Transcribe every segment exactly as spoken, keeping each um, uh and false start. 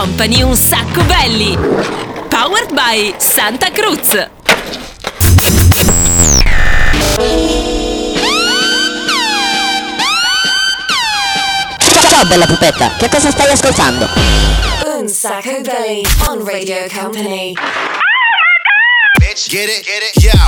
Company un sacco belli. Powered by Santa Cruz. Ciao bella pupetta, che cosa stai ascoltando? Un sacco belli on Radio Company. Bitch, get it, get it, yo.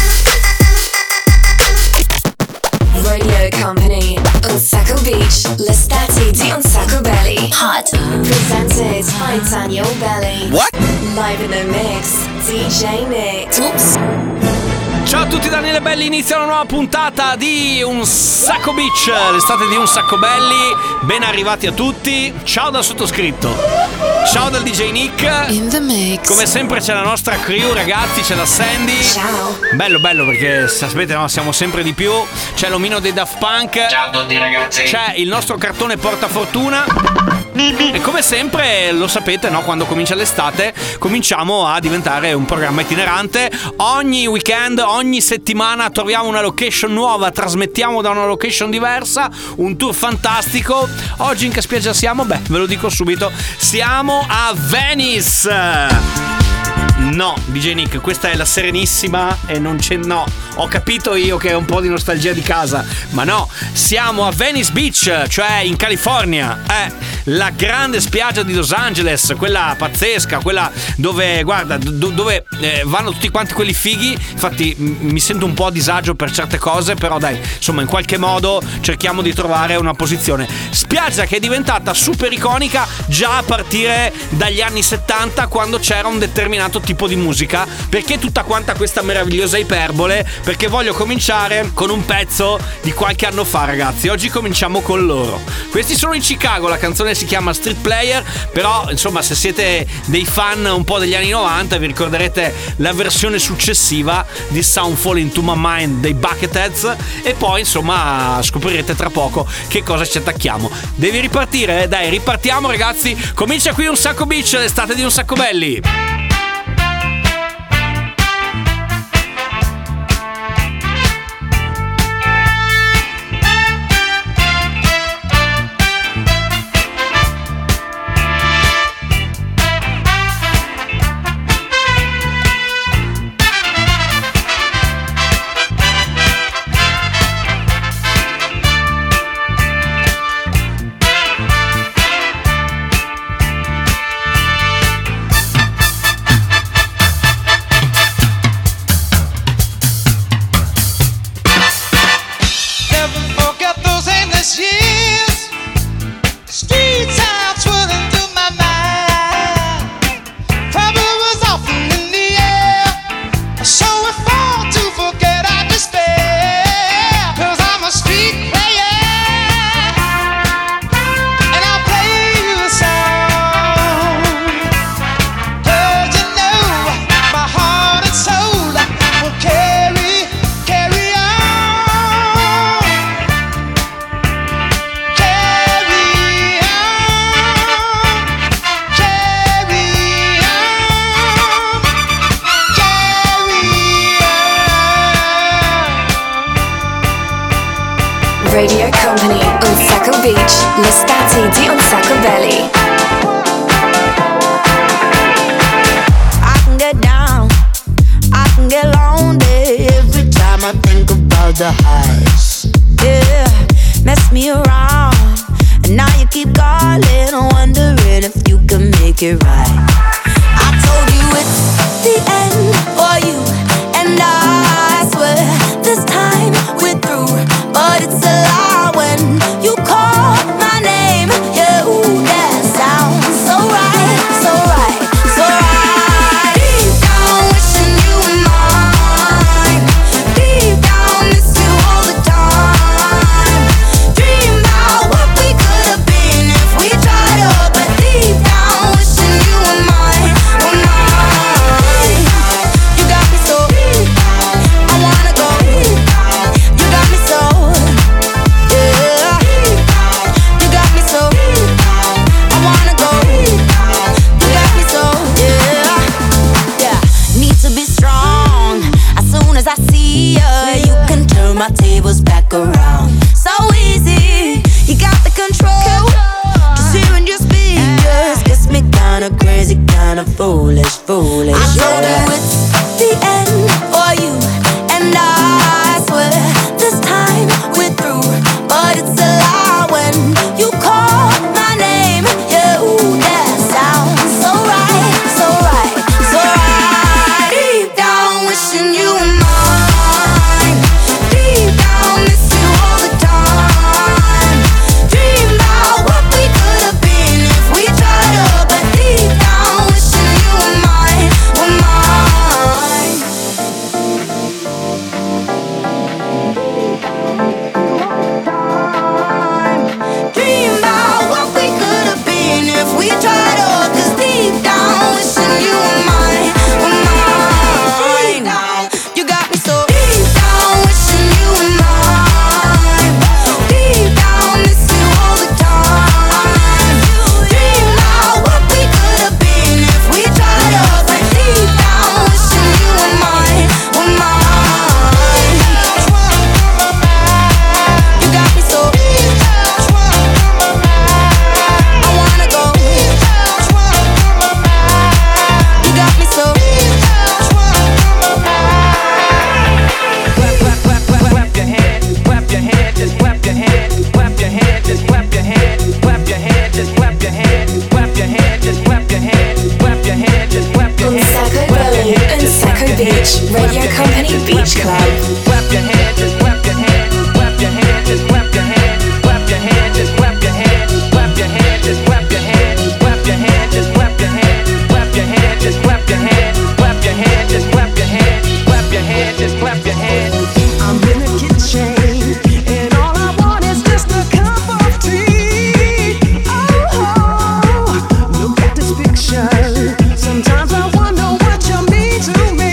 Radio Company, Un Sacco Beach, l'estate di Un Sacco Belly. Hot. Presented by Daniel Belly. What? Live in the mix, D J Nick. Oops. Ciao a tutti, Daniele Belli, inizia una nuova puntata di Un Sacco Beach, l'estate di Un Sacco Belli. Ben arrivati a tutti. Ciao dal sottoscritto. Ciao dal D J Nick. In the mix. Come sempre c'è la nostra crew, ragazzi, c'è la Sandy. Ciao. Bello bello perché sapete, no, siamo sempre di più. C'è l'omino dei Daft Punk. Ciao a tutti ragazzi. C'è il nostro cartone portafortuna. E come sempre lo sapete, no, quando comincia l'estate cominciamo a diventare un programma itinerante. Ogni weekend, ogni settimana troviamo una location nuova, trasmettiamo da una location diversa, un tour fantastico. Oggi in che spiaggia siamo? Beh, ve lo dico subito, siamo a Venice. No, D J Nick, questa è la Serenissima e non c'è, no, ho capito io che è un po' di nostalgia di casa, ma no, siamo a Venice Beach, cioè in California, eh, la grande spiaggia di Los Angeles, quella pazzesca, quella dove, guarda, do, dove eh, vanno tutti quanti quelli fighi. Infatti m- mi sento un po' a disagio per certe cose, però dai, insomma, in qualche modo cerchiamo di trovare una posizione. Spiaggia che è diventata super iconica già a partire dagli anni settanta, quando c'era un determinato tipo di musica. Perché tutta quanta questa meravigliosa iperbole? Perché voglio cominciare con un pezzo di qualche anno fa, ragazzi. Oggi cominciamo con loro. Questi sono i Chicago, la canzone si chiama Street Player, però insomma, se siete dei fan un po' degli anni novanta vi ricorderete la versione successiva di Soundfall Into My Mind dei Bucketheads, e poi insomma scoprirete tra poco che cosa ci attacchiamo. Devi ripartire? Dai, ripartiamo ragazzi. Comincia qui Un Sacco Beach, l'estate di Un Sacco Belli. Radio Company, Un Sacco Beach, l'estate di Un Sacco Belly. I can get down, I can get lonely every time I think about the highs. Yeah, mess me around, and now you keep calling, wondering if you can make it right. I told you it's the end for you, and I swear this time we're through. But it's a lie when you call my name. Yeah, ooh, that sounds so right, so right, so right. Deep down, wishing you were mine. Deep down, miss you all the time. Dream about what we could have been if we tried up. But deep down, wishing you were foolish, foolish. I told you it's the end for you and I swear this time we're through, but it's a lie when you call my name. Yeah, ooh, that sounds so right, so right, so right. Deep down wishing you were mine. Deep down miss you all the time. Dream about what we could have been if we tried up, but deep down wishing you were mine, were mine. Dream about what we could have been if we tried up, 'cause deep down wishing you were mine, were mine. You got me so deep down wishing you were mine. Deep down miss you all the time. Dream about what we could have been if we tried up, but deep down wishing you were mine, were mine. You got me so I wanna go. You got me so Clap, clap, clap, clap, clap your hand, clap your hand, just clap your hand, clap your hand, just clap your hand, clap your hand, just clap your hand, clap your hand, just clap your hand, clap your hand, just clap your On hand, Sacco clap your Belly hand, and just clap Sacco your Beach, hand, Radio clap your hand, Company just Beach clap your Club. hand, clap your hand, just clap your hand, clap your hand, just clap your hand, clap your hand, just clap your hand, clap your hand, just clap your hand, clap your hand, just clap your hand, clap your hand, just clap your hand, clap your hand, just clap your hand, clap your hand, just clap your hand. I'm in the kitchen, and all I want is just a cup of tea. Oh, oh, look at this picture. Sometimes I wonder what you mean to me.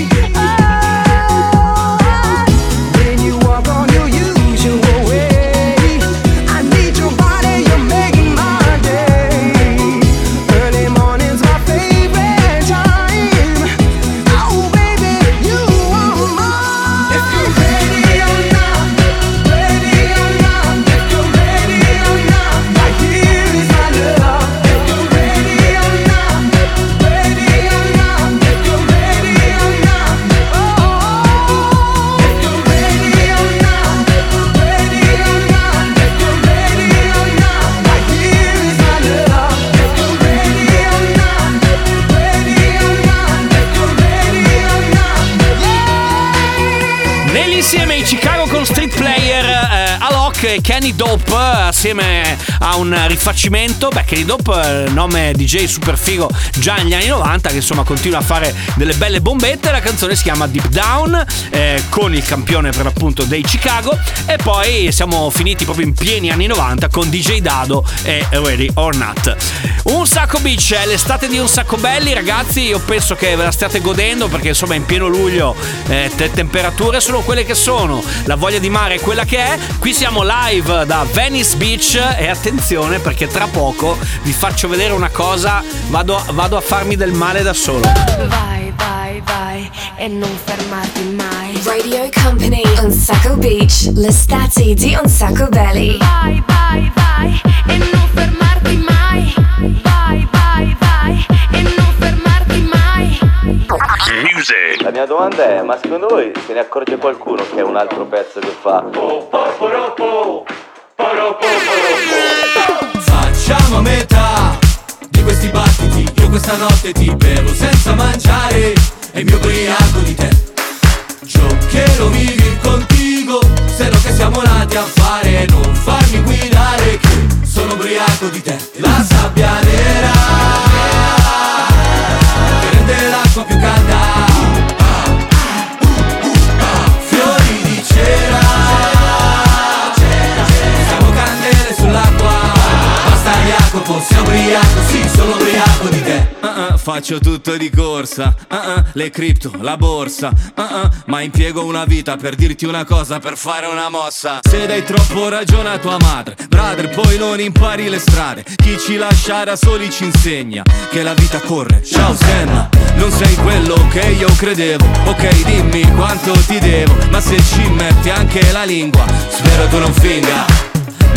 Oh, when you walk on your usual way, I need your body, you're making my day. Early morning's my favorite time. Oh, baby, you are mine. If you're ready or not, ready or not, if you're ready or not, right here is my love. If you're ready or not, ready or not, if you're ready or not, oh, if you're ready or not, ready or not, if you're ready or not, right here is my love. If you're ready or not, ready or not, if you're ready or not, yeah. Nell'insieme i Chicago con Street Player, eh, Alok e Kenny Dope, assieme a un rifacimento. Beh, Kenny Dope, eh, nome D J super figo già negli anni novanta, che insomma continua a fare delle belle bombette. La canzone si chiama Deep Down, eh, con il campione per l'appunto dei Chicago. E poi siamo finiti proprio in pieni anni novanta con D J Dado e Ready or Not. Un Sacco Beach, è l'estate di Un Sacco Belli, ragazzi. Io penso che ve la stiate godendo, perché insomma in pieno luglio eh, le temperature sono quelle che sono, la voglia di mare è quella che è. Qui siamo live da Venice Beach e attenzione, perché tra poco vi faccio vedere una cosa. Vado, vado a farmi del male da solo. Vai, vai, vai e non fermarti mai. Radio Company on Sacco Beach, l'estate di Un Sacco Belly. Vai, vai, vai e non fermarti mai. Vai, vai, vai e non fermarti mai. La mia domanda è, ma secondo voi se ne accorge qualcuno che è un altro pezzo che fa? Facciamo a metà di questi battiti. Io questa notte ti bevo senza mangiare e mi ubriaco di te. Giocherò vivi contigo, se no che siamo nati a fare. Non farmi guidare che sono ubriaco di te. La sabbia nera che rende l'acqua più calda. Fiori di cera, siamo candele sull'acqua. Basta Jacopo, sei ubriaco, sì, sono ubriaco di te. Uh-uh, faccio tutto di corsa, uh-uh, le cripto, la borsa, uh-uh, ma impiego una vita per dirti una cosa, per fare una mossa. Se dai troppo ragione a tua madre, brother, poi non impari le strade. Chi ci lascia da soli ci insegna che la vita corre. Ciao Senna, non sei quello che io credevo. Ok, dimmi quanto ti devo, ma se ci metti anche la lingua, spero tu non finga.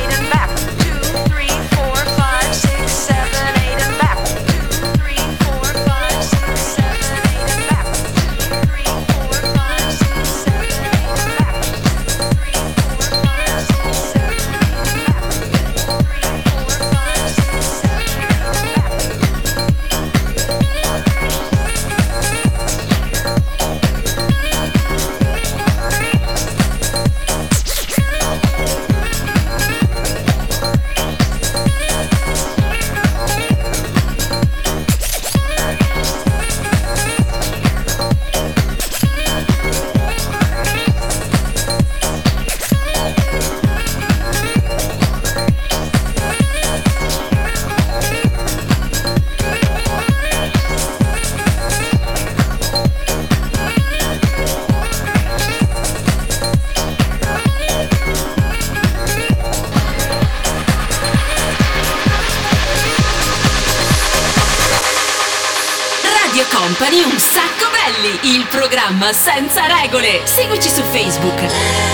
Company Un Sacco Belli, il programma senza regole. Seguici su Facebook.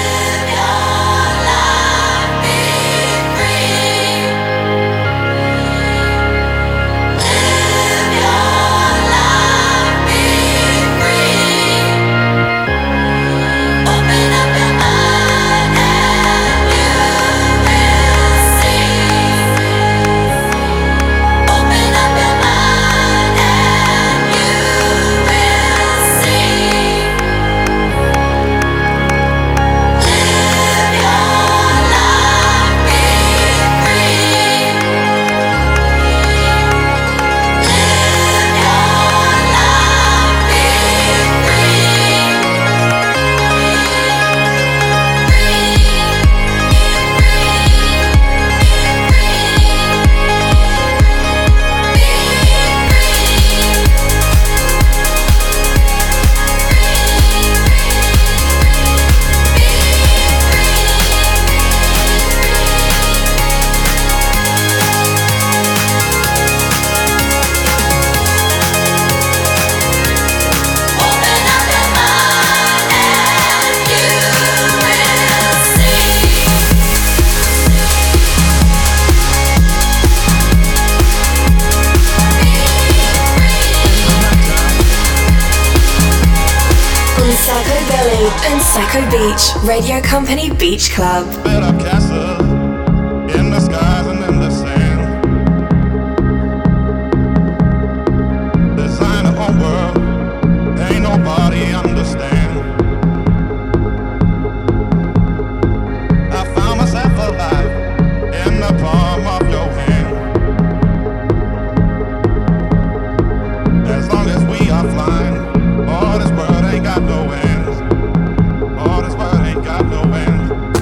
Un Sacco Beach, Radio Company Beach Club. In the skies and in the sand, design a whole world, ain't nobody understand. I found myself alive in the palm of your hand. As long as we are flying, all this world ain't got no end. All this world ain't got no end.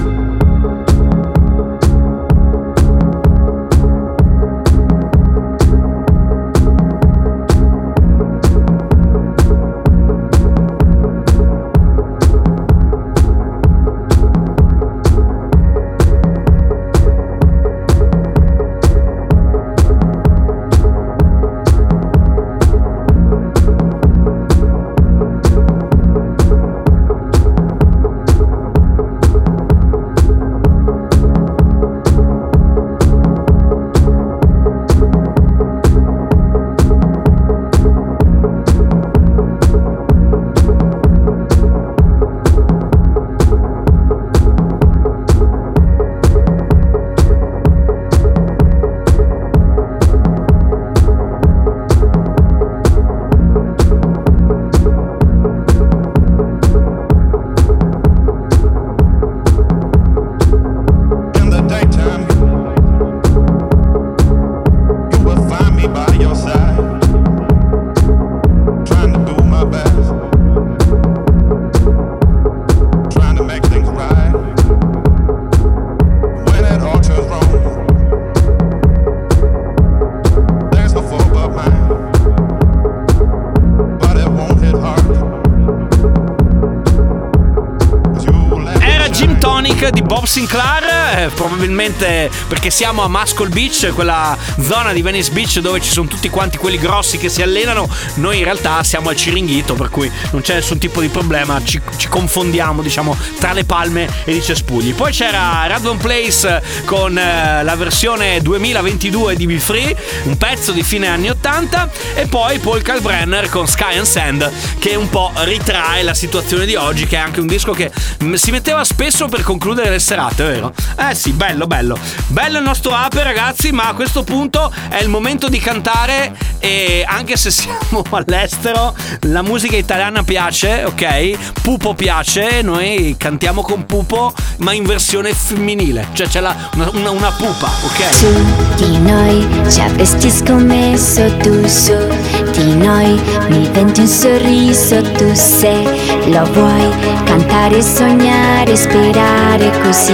Di Bob Sinclair, eh, probabilmente perché siamo a Muscle Beach, quella zona di Venice Beach dove ci sono tutti quanti quelli grossi che si allenano. Noi in realtà siamo al Ciringhito, per cui non c'è nessun tipo di problema, ci, ci confondiamo, diciamo, tra le palme e i cespugli. Poi c'era Radon Place con eh, la versione duemilaventidue di Be Free, un pezzo di fine anni ottanta, e poi Paul Kalkbrenner con Sky and Sand, che un po' ritrae la situazione di oggi, che è anche un disco che mh, si metteva spesso per concludere le serate, vero? Eh sì, bello, bello. Bello il nostro ape, ragazzi, ma a questo punto è il momento di cantare, e anche se siamo all'estero, la musica italiana piace, ok? Pupo piace, noi cantiamo con Pupo, ma in versione femminile, cioè c'è la, una, una, una pupa, ok? Su di noi ci avresti scommesso, tu su di noi mi inventi un sorriso, tu se lo vuoi cantare, sognare, sperare così.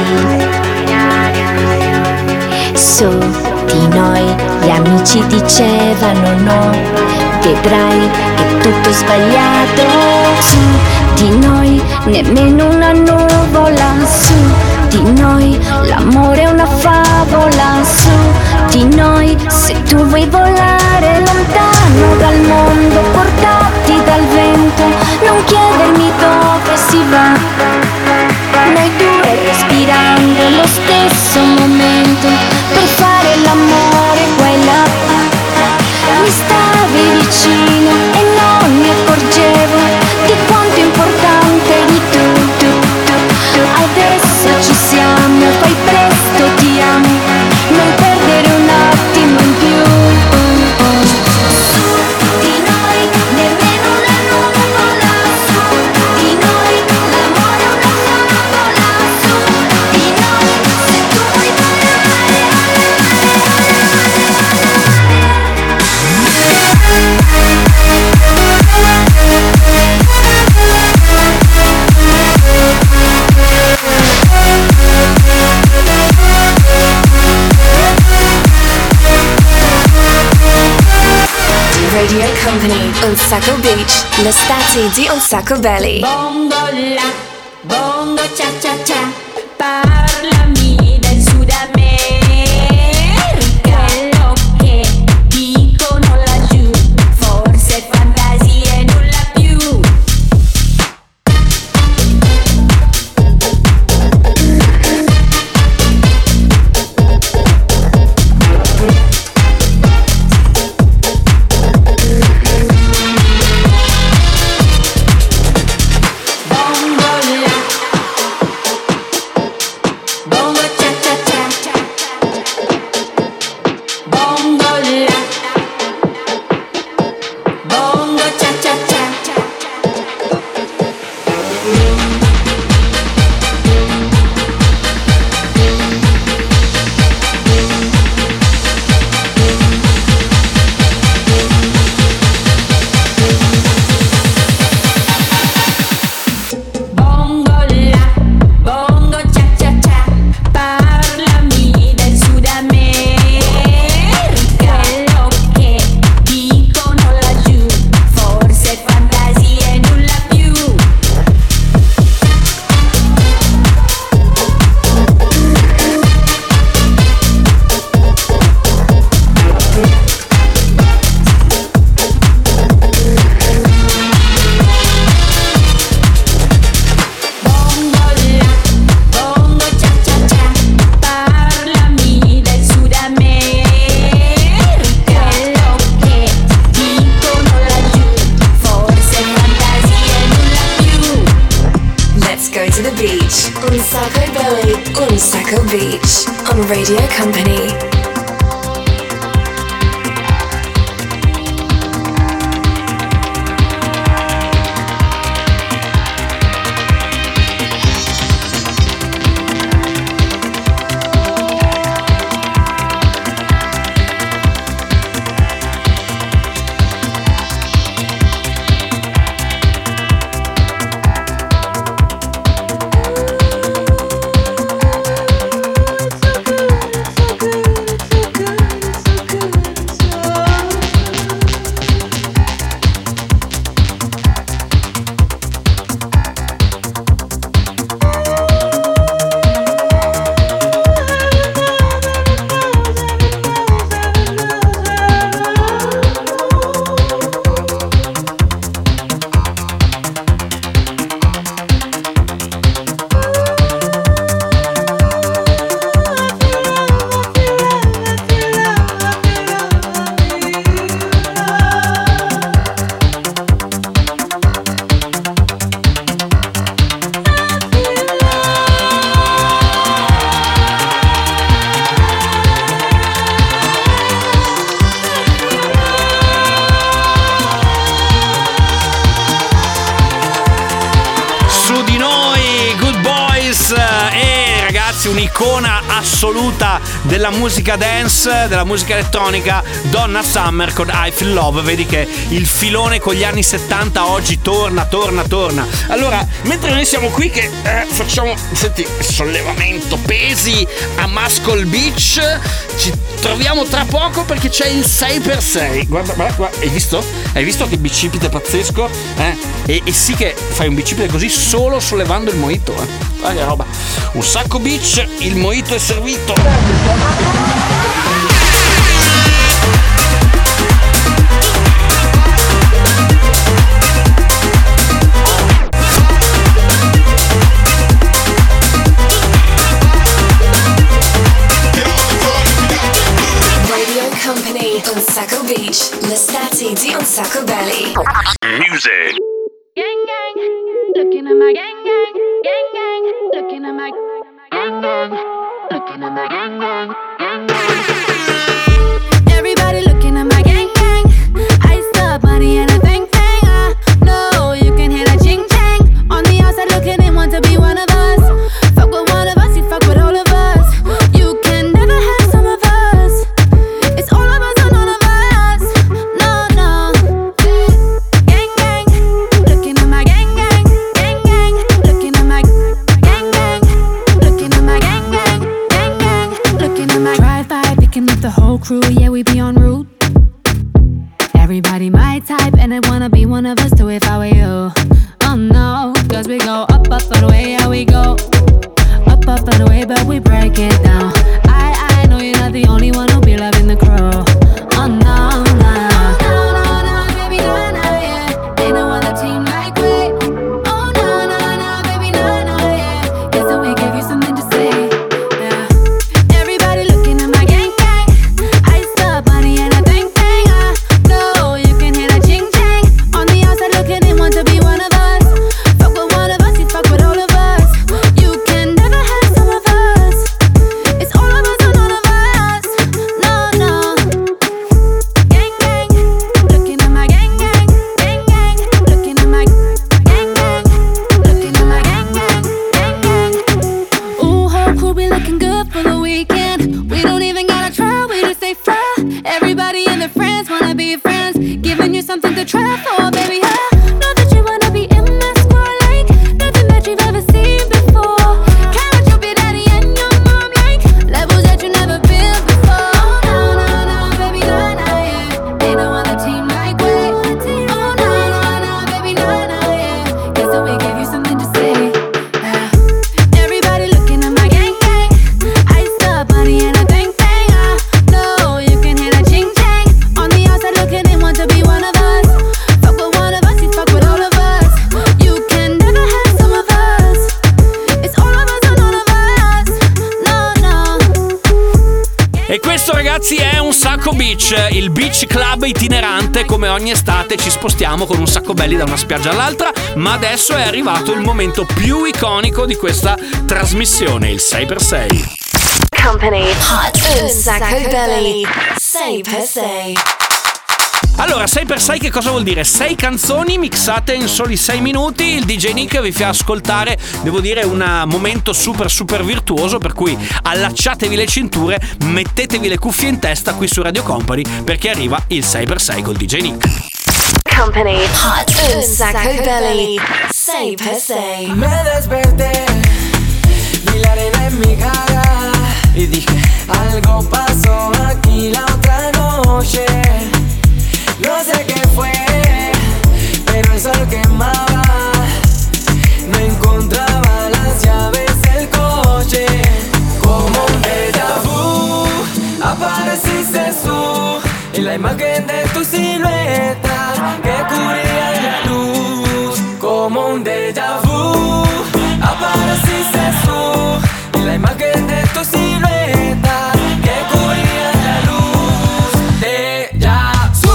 Su di noi gli amici dicevano no, vedrai è tutto sbagliato. Su di noi nemmeno una nuvola, su di noi l'amore è una favola, su di noi se tu vuoi volare lontano dal mondo portati respirando lo stesso momento per fare l'amore qua e là. Mi stavi vicino e non mi accorgevo di quanto importante eri tu, tu, tu, tu. Adesso ci siamo, fai presto, ti amo, non perdere un attimo in più. Su di noi nemmeno una nuvola, su di noi l'amore è una favola, su di noi se tu vuoi Radio Company, Un Sacco Beach, l'estate di Un Sacco Belly. Bongo la, bongo cha cha cha, parlami del Sud America. Quello che dicono laggiù, forse fantasie nulla più. Un Sacco Belly, Un Sacco Beach on Radio Company. Un'icona assoluta della musica dance, della musica elettronica, Donna Summer con I Feel Love. Vedi che il filone con gli anni settanta oggi torna, torna, torna. Allora, mentre noi siamo qui che eh, facciamo, senti, sollevamento pesi a Muscle Beach, ci troviamo tra poco perché c'è il sei per sei. Guarda, guarda, guarda, hai visto? Hai visto che bicipite pazzesco? Eh? E, e sì che fai un bicipite così solo sollevando il mojito, eh. Guarda che roba. Un Sacco Beach, il mojito è servito. Sacco Belly. Music. Gang gang, looking at my gang gang, gang gang, looking at my gang gang, looking at my gang gang, gang gang. Everybody looking at my gang gang. Iced up money and a thing thing. I know you can hear that ching chang. On the outside looking in, want to be one of us. Fuck with one of us, you fuck with all of us. You can never have some of us. It's all of us or none of us. No, no. Gang gang, looking at my gang gang, gang gang, looking at my gang gang, looking at my gang gang, gang gang, looking at my drive-by, picking up the whole crew. Yeah, we be en route. Everybody my type, and I wanna be one of us too if I were you. Oh no, cause we go up, up, and away, yeah we go. Up, up, and away, but we break it down. I, I know you're not the only one who'll be loving the crew. Oh no, no. No, no, no, baby, no, no, yeah. Ain't no other team like we. Oh no, no, no, baby, no, no, yeah. Guess that we give you something to say. Yeah. Everybody looking at my gang gang. Iced up money and a thing thing. I know you can hear that ching chang. On the outside looking in, want to be one of us. Fuck with one of us, you fuck with all of us. You can never have some of us. It's all of us or none of us. No, no. Gang gang, looking at my gang gang, gang gang, looking at my gang gang, looking at my gang gang, gang gang. Ooh, whole crew be looking good for the weekend. We don't even gotta try, we just stay fly. Everybody and their friends wanna be friends, giving you something to try for, baby. I know that you wanna be in my squad like nothing that you've ever seen before. Count what your big daddy and your mom like, levels that you never been before. Oh no, no, no, baby, no, no, yeah. Ain't no other team like we. Oh no, no, no, baby, no, no, yeah. Guess that we give you something to say. Yeah. Everybody looking at my gang gang. Iced up money and a thing thing. I know you can hear that ching chang. On the outside looking in, want to be one of us. Fuck with one of us, you fuck with all of us. You can never have some of us. It's all of us or none of us. No, no. E questo, ragazzi, è un Sacco Beach, il beach club itinerante. Come ogni estate ci spostiamo con un sacco belli da una spiaggia all'altra, ma adesso è arrivato il momento più iconico di questa trasmissione, il sei per sei. Company Hot un Sacco Belly. Say per se. Allora, sei per sei che cosa vuol dire? sei canzoni mixate in soli sei minuti. Il D J Nick vi fa ascoltare, devo dire, un momento super super virtuoso, per cui allacciatevi le cinture, mettetevi le cuffie in testa qui su Radio Company, perché arriva il sei per sei col D J Nick. Company Hot un Sacco Belly. Say per se. Me desperté, vi la arena en mi cara y dije, algo pasó aquí la otra noche. No sé qué fue, pero el sol quemaba. No encontraba las llaves del coche. Como un déjà vu, apareciste tú en la imagen de tu silueta que cubría la luz. Como un déjà vu, apareciste tú en la imagen de tu silueta que cubría la luz. Déjà vu.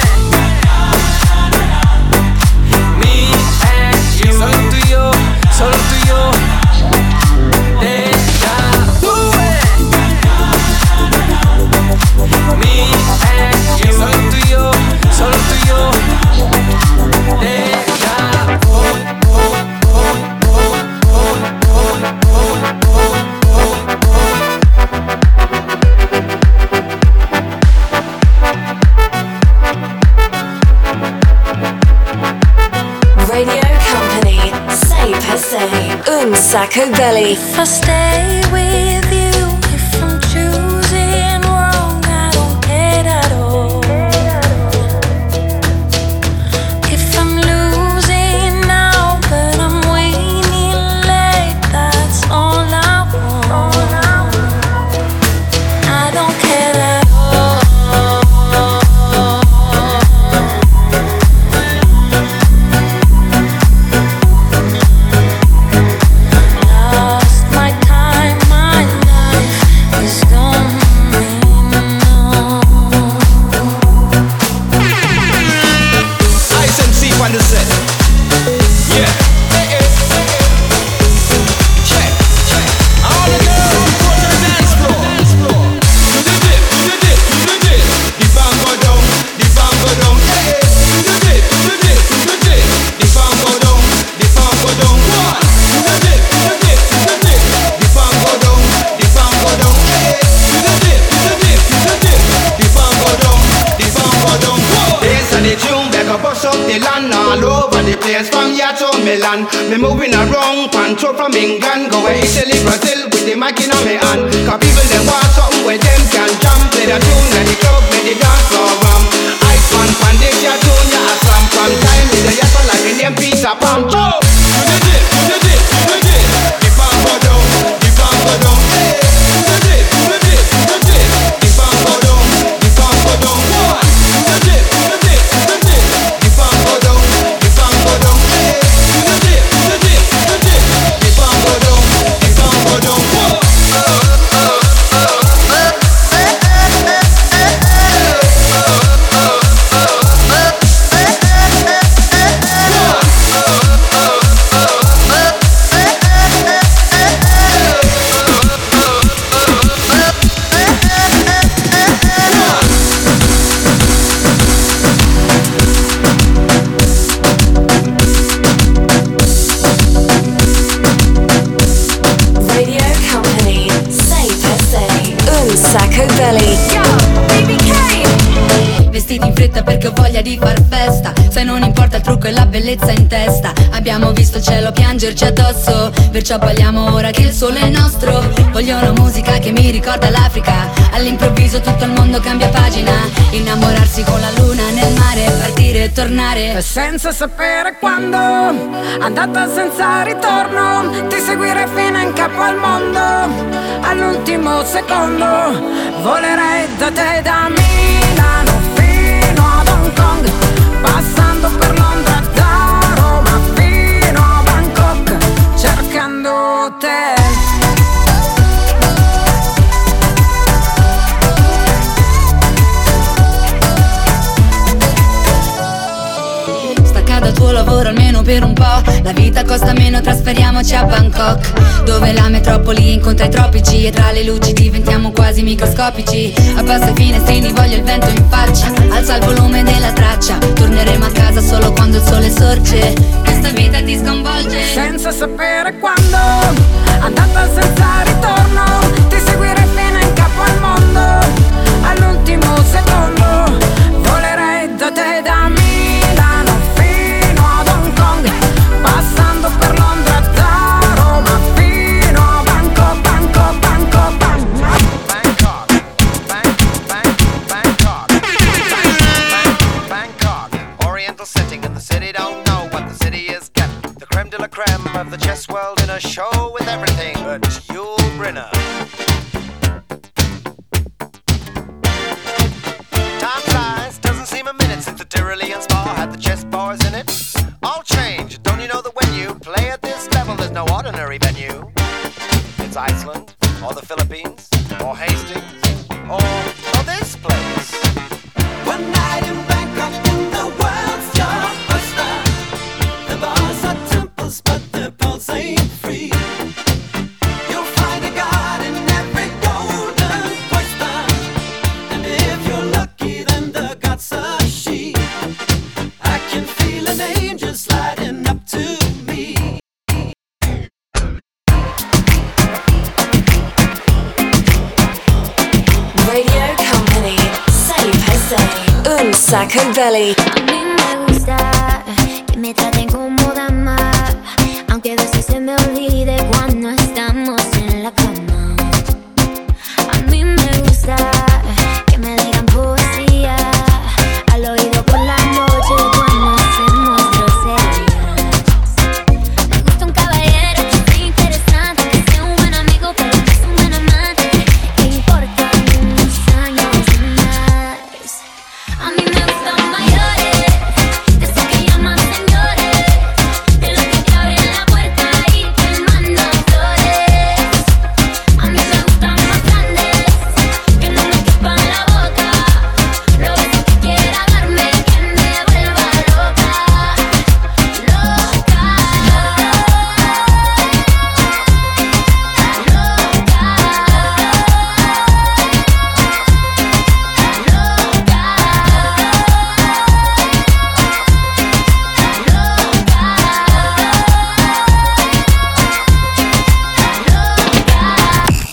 Solo tú y yo, solo tú y yo. Déjà vu. Me and you. Solo tú y yo, solo tú y yo. Déjà vu. Radio Company. Say per se. Un Sacco Belly. If I stay with you, if I'm choosing wrong, I don't care at all. If I'm losing now, but I'm winning late, that's all I want. I don't care at all. Lost my time, my London. Me moving around, control from England. Go away Italy, Brazil with the mic in my hand. Cause people them want something where them can jump. Play the tune, let the club, let the dance floor rum. Ice man, pan this your tune, ya a slam from time. With the yasser like me name Peter Pan. Joe! You did it, you did it, you did it. If I go down, if I go down. Hey, you did it, you did it, you did it. If I go down, if I go down. One, you did it, you did it, you did it. If I go down, if I go down. Hey, you did it, you did it, you did it. If I go down, if I go down. One. Sacco Belly. Yo, baby K. Vestiti in fretta perché ho voglia di far festa. Se non importa il trucco e la bellezza in testa. Abbiamo visto il cielo piangerci addosso, perciò balliamo ora che il sole è nostro. Voglio una musica che mi ricorda l'Africa. All'improvviso tutto il mondo cambia pagina. Innamorarsi con la luna nel mare, partire e tornare e senza sapere quando, andata senza ritorno. Ti seguirei fino in capo al mondo. All'ultimo secondo volerei da te, da Milano fino ad Hong Kong, passando per Londra, da Roma fino a Bangkok, cercando te. Dal tuo lavoro almeno per un po'. La vita costa meno, trasferiamoci a Bangkok, dove la metropoli incontra i tropici e tra le luci diventiamo quasi microscopici. Abbassa i finestrini, voglio il vento in faccia, alza il volume della traccia. Torneremo a casa solo quando il sole sorge. Questa vita ti sconvolge senza sapere quando, andata senza ritorno. Ti seguirei fino in capo al mondo. All'ultimo secondo volerei da te, da Milano fino ad Hong Kong, passando per Londra, da Roma fino a Bangkok, Bangkok, Bangkok, Bangkok. Bangkok, Bangkok, Bangkok, Bangkok, Bangkok. Oriental setting and the city don't know what the city is getting. The creme de la creme of the chess world in a show with everything but Yul Brynner. Time flies, doesn't seem a minute since the Tyrolean Spa had the chess bars in it. All change, don't you know that when you play at this level, there's no ordinary venue? It's Iceland, or the Philippines, or Hastings, or, or this place. One night in Bangkok in the world's your oyster. The bars are temples, but the pulse ain't free. You'll find a god in every golden oyster, and if you're lucky, then the god's a she. I can feel an angel sliding up to me. Radio Company, sei per sei, un sacco belly. A mí me gusta que me traten como dama, aunque a veces se me olvide cuando estamos en la cama. A mí me gusta que me digan poesía al oído por la noche cuando hacemos groserías. Me gusta un caballero que sea interesante, que sea un buen amigo pero que sea un buen amante, que importan unos años más. A mí me gustan mayores, de esos que llaman señores, de los que te abren la puerta y te mandan flores. A mí me gustan más grandes, que no me quepan la boca, los besos que quiera darme, que me vuelva loca, loca,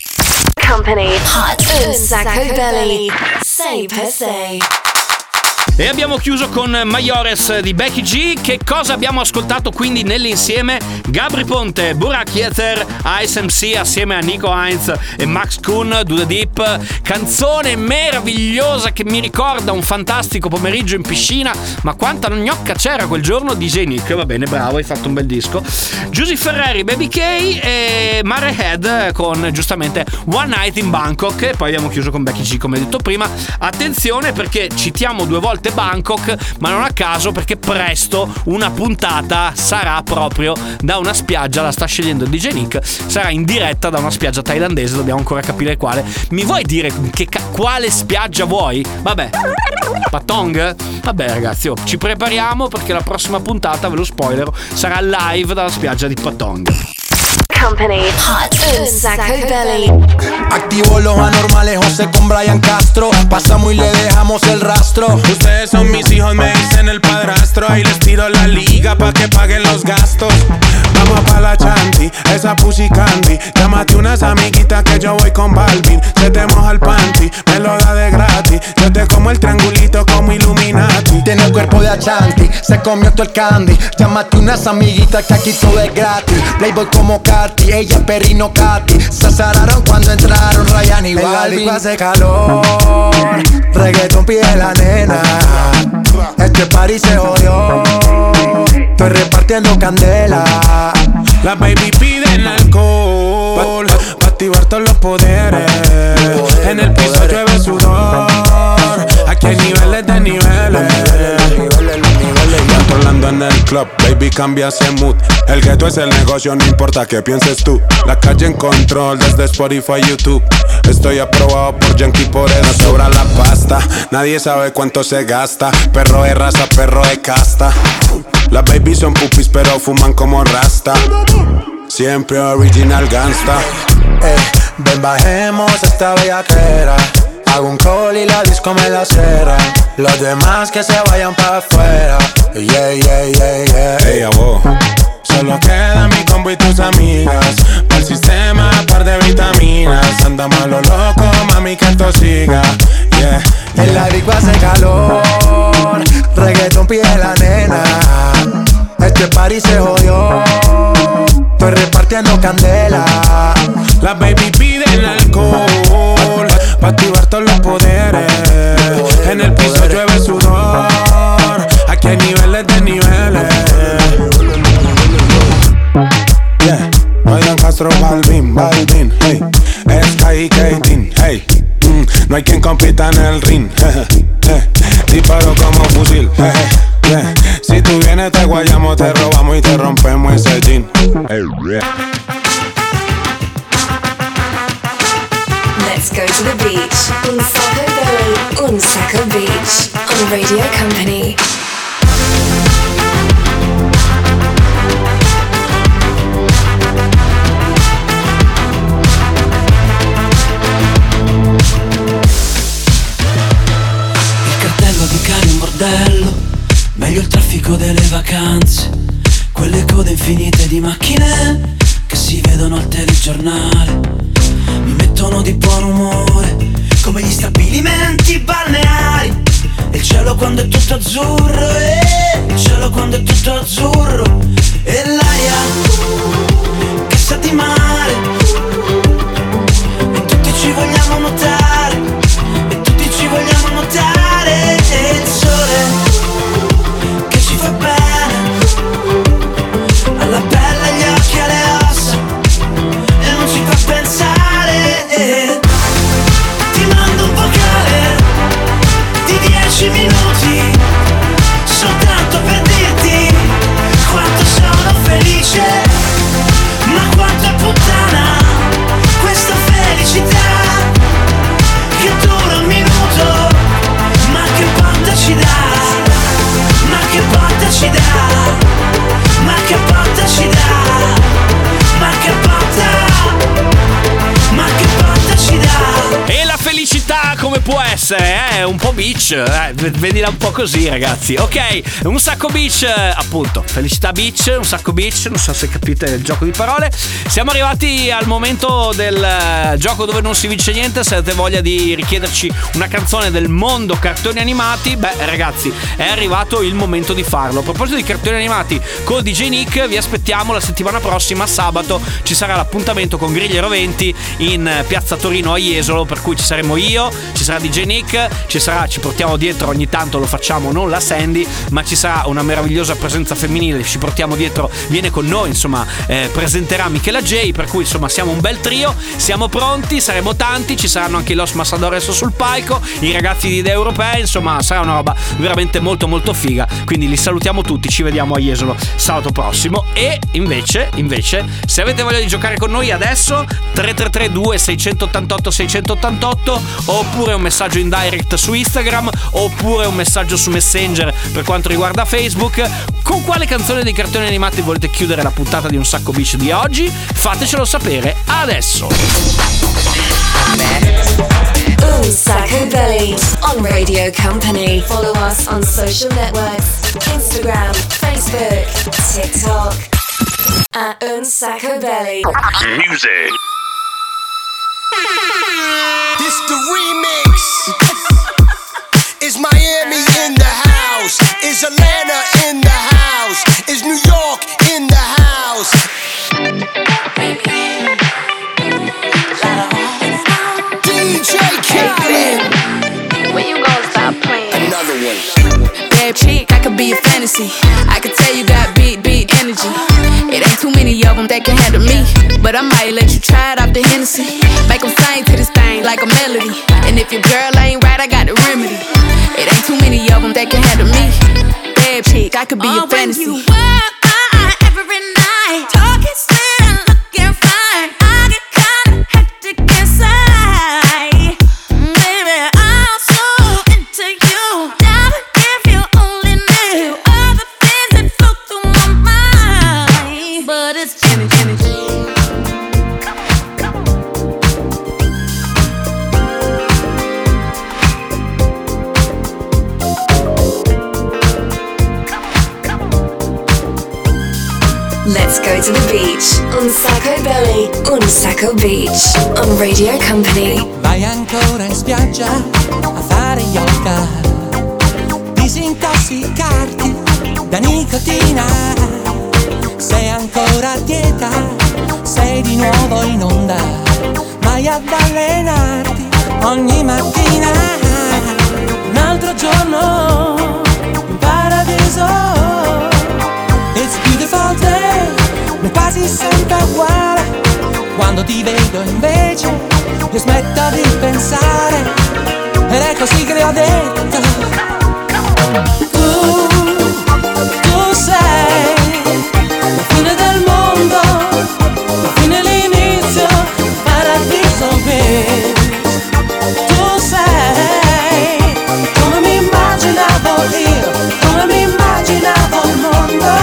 Company, hot un sacco belly, sei per sei. E abbiamo chiuso con Mayores di Becky G. Che cosa abbiamo ascoltato quindi nell'insieme? Gabry Ponte, Burak Yeter, Ice M C assieme a Nico Heinz e Max Kuhn, Do The Deep. Canzone meravigliosa che mi ricorda un fantastico pomeriggio in piscina. Ma quanta gnocca c'era quel giorno. D J Nick, va bene, bravo, hai fatto un bel disco. Giusy Ferreri, Baby K e Mare Head con giustamente One Night in Bangkok. E poi abbiamo chiuso con Becky G, come detto prima. Attenzione perché citiamo due volte Bangkok, ma non a caso, perché presto una puntata sarà proprio da una spiaggia, la sta scegliendo il D J Nick, sarà in diretta da una spiaggia thailandese, dobbiamo ancora capire quale. Mi vuoi dire che ca- quale spiaggia vuoi? Vabbè, Patong? Vabbè ragazzi, oh, ci prepariamo perché la prossima puntata, ve lo spoilerò, sarà live dalla spiaggia di Patong. Company Hot un Sacco Belly. Activo los anormales, José con Brian Castro. Pasamos y le dejamos el rastro. Ustedes son mis hijos, me dicen el padrastro. Ahí les tiro la liga pa' que paguen los gastos. Vamos pa' la chanti, esa pussy candy. Llámate unas amiguitas que yo voy con Balvin. Se te moja el panty, me lo da de gratis. Yo te como el triangulito como Illuminati. Tiene el cuerpo de Achanti, se comió todo el candy. Llámate unas amiguitas que aquí todo es gratis. Playboy como Katy, ella Perrino Katy. Se azararon cuando entraron Ryan y Balvin. Hace calor, reggaeton pide la nena. Este party se jodió, estoy repartiendo candela. Las baby piden alcohol pa' activar todos los poderes. En el piso llueve sudor. Aquí hay niveles de niveles. Controlando en el club, baby cambia ese mood. El gueto es el negocio, no importa qué pienses tú. La calle en control desde Spotify, YouTube. Estoy aprobado por Yankee, por eso sobra la pasta. Nadie sabe cuánto se gasta. Perro de raza, perro de casta. Las babies son pupis pero fuman como rasta. Siempre original gangsta. Eh, ven bajemos esta bellaquera. Hago un call y la disco me la cera. Los demás que se vayan para afuera. Yeah, yeah, yeah, yeah. Hey, abo. Solo queda mi combo y tus amigas. Para el sistema, par de vitaminas. Andamos a lo loco, mami, que esto siga. Yeah, yeah. En la disco hace calor, reggaeton pide la nena. Este party se jodió, estoy repartiendo candela. Las baby piden alcohol pa' activar todos los poderes. En el piso llueve sudor. Aquí hay niveles de niveles. Yeah, Ryan Castro, Balvin, Balvin, hey. Sky y Katin, hey. Mm, no hay quien compita en el ring. Disparo como fusil. Yeah. Si tú vienes te guayamos, te robamos y te rompemos ese jean. Hey, yeah. Let's go to the beach. Un Sacco Belly, Un Sacco Beach on Radio Company. Il cartello di cani un bordello, meglio il traffico delle vacanze, quelle code infinite di macchine che si vedono al telegiornale. Mi mettono di buon umore, come gli stabilimenti balneari. E il cielo quando è tutto azzurro, eh, il cielo quando è tutto azzurro. E l'aria che sa di mare. E tutti ci vogliamo nuotare, e tutti ci vogliamo nuotare. E il sole che ci fa bene, alla pelle, agli occhi, alle ossa. E non ci fa pensare. Ti mando un vocale di dieci minuti, soltanto per dirti quanto sono felice, ma quanto è puttana può essere, eh, un po' beach, eh, vedila un po' così, ragazzi. Ok, un sacco beach, appunto, felicità beach, un sacco beach, non so se capite il gioco di parole. Siamo arrivati al momento del gioco dove non si vince niente. Se avete voglia di richiederci una canzone del mondo cartoni animati, beh ragazzi, è arrivato il momento di farlo. A proposito di cartoni animati con D J Nick, vi aspettiamo la settimana prossima, sabato ci sarà l'appuntamento con Griglie Roventi in piazza Torino a Jesolo, per cui ci saremo io, ci sarà D J Nick, ci sarà, ci portiamo dietro, ogni tanto lo facciamo, non la Sandy, ma ci sarà una meravigliosa presenza femminile, ci portiamo dietro, viene con noi, insomma, eh, presenterà Michela J, per cui insomma siamo un bel trio, siamo pronti, saremo tanti, ci saranno anche i Los Massadores sul palco, i ragazzi di Idee Europee, insomma sarà una roba veramente molto molto figa, quindi li salutiamo tutti, ci vediamo a Jesolo sabato prossimo. E invece, invece se avete voglia di giocare con noi adesso, tre tre tre due sei otto otto sei otto otto, oppure un messaggio in direct su Instagram, oppure un messaggio su Messenger per quanto riguarda Facebook. Con quale canzone dei cartoni animati volete chiudere la puntata di Un Sacco Beach di oggi? Fatecelo sapere adesso. Un Sacco Belly on Radio Company. Follow us on social networks, Instagram, Facebook, TikTok at Un Sacco Belly. Music. This the remix. Is Miami in the house? Is Atlanta in the house? Is New York in the house? D J Khaled. When you gonna stop playing? Another one. Bad chick, I could be a fantasy. I could tell you got big, big energy. It ain't too many of them that can handle me, but I might let you try it off the Hennessy. Make them sing to this thing like a melody. And if your girl ain't right, I got the remedy. It ain't too many of them that can handle me. Bad chick, I could be Oh, a fantasy. when you work hard every night, talking sweet and looking fine, I get kinda hectic inside. Baby, I'm so into you. Darling, if you only knew all the things that flow through my mind. But it's Jimmy, Jimmy, Let's go to the beach. Un Sacco Belly, Un Sacco Beach on Radio Company. Vai ancora in spiaggia a fare yoga, disintossicarti da nicotina. Sei ancora a dieta, sei di nuovo in onda. Vai ad allenarti ogni mattina. Un altro giorno in paradiso. It's a beautiful day, ma quasi sempre uguale. Quando ti vedo invece io smetto di pensare, ed è così che le ho detto. Tu, tu sei la fine del mondo, la fine e l'inizio, paradiso beach. Tu sei come mi immaginavo io, come mi immaginavo il mondo.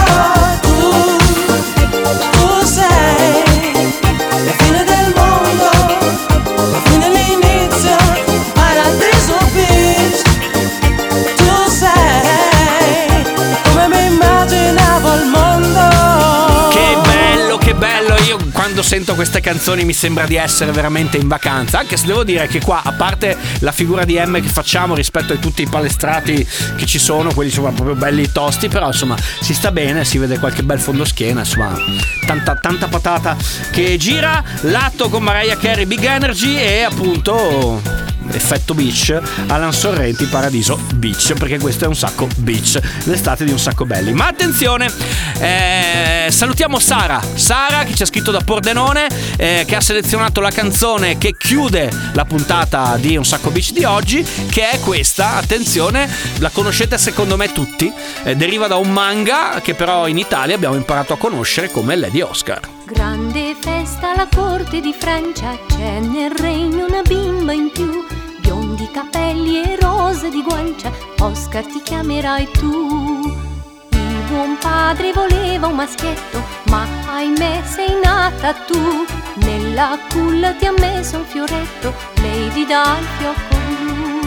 Quando sento queste canzoni mi sembra di essere veramente in vacanza, anche se devo dire che qua, a parte la figura di M che facciamo rispetto a tutti i palestrati che ci sono, quelli sono proprio belli tosti, però insomma si sta bene, si vede qualche bel fondoschiena, insomma tanta, tanta patata che gira. Lato con Mariah Carey, Big Energy, e appunto effetto beach, Alan Sorrenti, Paradiso Beach, perché questo è Un Sacco Beach, l'estate di Un Sacco Belli. Ma attenzione, eh, salutiamo Sara Sara che ci ha scritto da Pordenone, eh, che ha selezionato la canzone che chiude la puntata di Un Sacco Beach di oggi, che è questa. Attenzione, la conoscete secondo me tutti, eh, deriva da un manga che però in Italia abbiamo imparato a conoscere come Lady Oscar. Grande festa alla corte di Francia, c'è nel regno una bimba in più, biondi capelli e rose di guancia, Oscar ti chiamerai tu. Il buon padre voleva un maschietto, ma ahimè sei nata tu, nella culla ti ha messo un fioretto, Lady dal fiocco blu.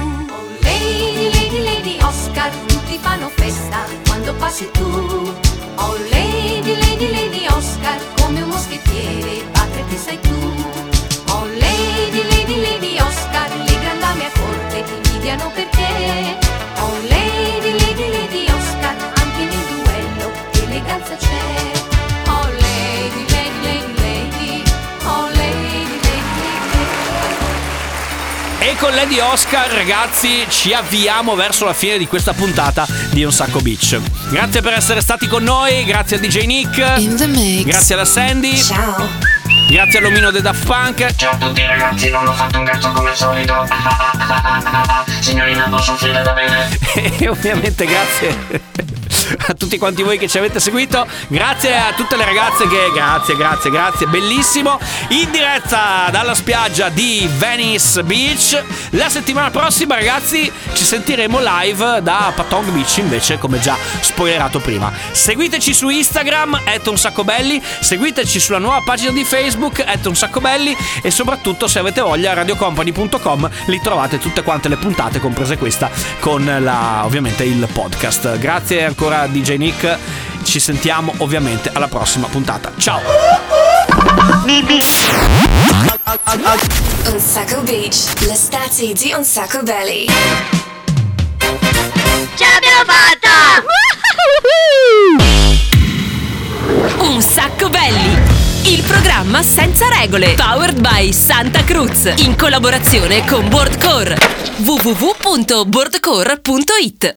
lady, lady, lady Oscar, tutti fanno festa quando passi tu. Oh lady, lady, lady Oscar, come un moschettiere, batterti sei tu. Oh lady, lady, lady Oscar, le grandi dame a corte ti invidiano per te. Oh lady, lady, lady Oscar, anche nel duello eleganza c'è. Oh lady, lady, lady, lady, oh lady, lady, lady. E con Lady Oscar, ragazzi, ci avviamo verso la fine di questa puntata di Un Sacco Beach. Grazie per essere stati con noi, grazie a D J Nick, In the mix. grazie alla Sandy, ciao. Grazie all'omino dei Daft Punk. Ciao a tutti ragazzi, non ho fatto un cazzo come al solito. Signorina, posso offrire da bene? E ovviamente grazie a tutti quanti voi che ci avete seguito. Grazie a tutte le ragazze che... Grazie, grazie, grazie. Bellissimo. In diretta dalla spiaggia di Venice Beach. La settimana prossima, ragazzi, ci sentiremo live da Patong Beach, invece, come già spoilerato prima. Seguiteci su Instagram, at un sacco belli. Seguiteci sulla nuova pagina di Facebook, at un sacco belli. E soprattutto, se avete voglia, radiocompany punto com. Lì trovate tutte quante le puntate, comprese questa, con la, ovviamente, il podcast. Grazie ancora D J Nick, ci sentiamo ovviamente alla prossima puntata. Ciao. Un Sacco Beach, l'estate di Un Sacco Belly. Ce l'abbiamo fatta! Un Sacco Belli, il programma senza regole, powered by Santa Cruz, in collaborazione con Boardcore. w w w punto boardcore punto it.